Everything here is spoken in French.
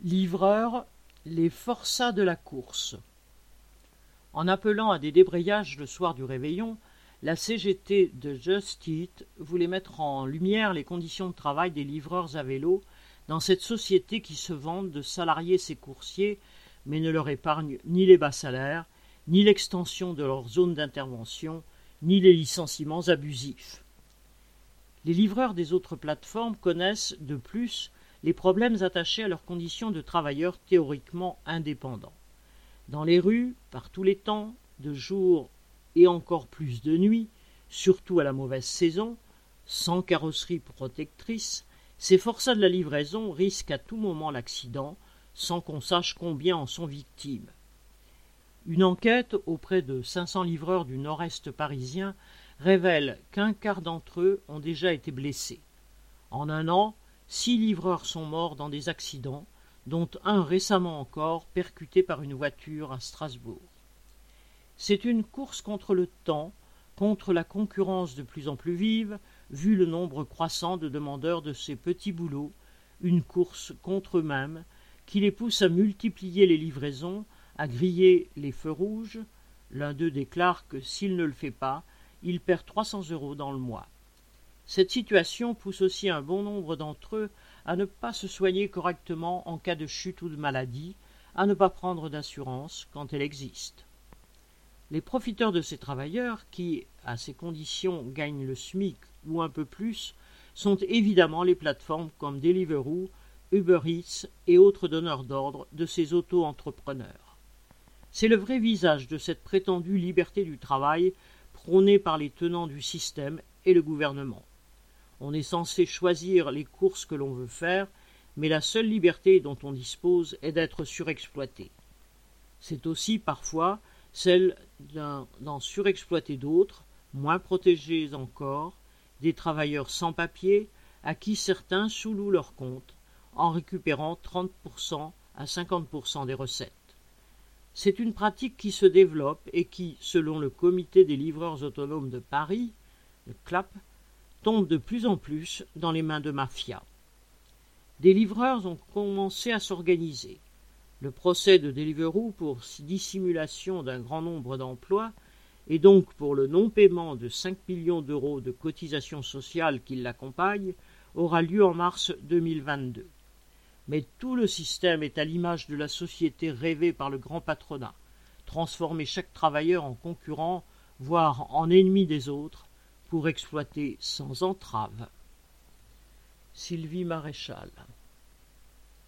Livreurs, les forçats de la course. En appelant à des débrayages le soir du réveillon, la CGT de Just Eat voulait mettre en lumière les conditions de travail des livreurs à vélo dans cette société qui se vante de salarier ses coursiers, mais ne leur épargne ni les bas salaires, ni l'extension de leur zone d'intervention, ni les licenciements abusifs. Les livreurs des autres plateformes connaissent, de plus, les problèmes attachés à leurs conditions de travailleurs théoriquement indépendants. Dans les rues, par tous les temps, de jour et encore plus de nuit, surtout à la mauvaise saison, sans carrosserie protectrice, ces forçats de la livraison risquent à tout moment l'accident, sans qu'on sache combien en sont victimes. Une enquête auprès de 500 livreurs du nord-est parisien révèle qu'un quart d'entre eux ont déjà été blessés. En un an, 6 livreurs sont morts dans des accidents, dont un récemment encore percuté par une voiture à Strasbourg. C'est une course contre le temps, contre la concurrence de plus en plus vive, vu le nombre croissant de demandeurs de ces petits boulots, une course contre eux-mêmes, qui les pousse à multiplier les livraisons, à griller les feux rouges. L'un d'eux déclare que s'il ne le fait pas, il perd 300 € dans le mois. Cette situation pousse aussi un bon nombre d'entre eux à ne pas se soigner correctement en cas de chute ou de maladie, à ne pas prendre d'assurance quand elle existe. Les profiteurs de ces travailleurs, qui, à ces conditions, gagnent le SMIC ou un peu plus, sont évidemment les plateformes comme Deliveroo, Uber Eats et autres donneurs d'ordre de ces auto-entrepreneurs. C'est le vrai visage de cette prétendue liberté du travail prônée par les tenants du système et le gouvernement. On est censé choisir les courses que l'on veut faire, mais la seule liberté dont on dispose est d'être surexploité. C'est aussi, parfois, celle d'en surexploiter d'autres, moins protégés encore, des travailleurs sans papier, à qui certains sous-louent leur compte, en récupérant 30% à 50% des recettes. C'est une pratique qui se développe et qui, selon le Comité des livreurs autonomes de Paris, le CLAP, tombe de plus en plus dans les mains de mafias. Des livreurs ont commencé à s'organiser. Le procès de Deliveroo pour dissimulation d'un grand nombre d'emplois et donc pour le non-paiement de 5 millions d'euros de cotisations sociales qui l'accompagnent aura lieu en mars 2022. Mais tout le système est à l'image de la société rêvée par le grand patronat, transformer chaque travailleur en concurrent, voire en ennemi des autres, pour exploiter sans entrave. Sylvie Maréchal.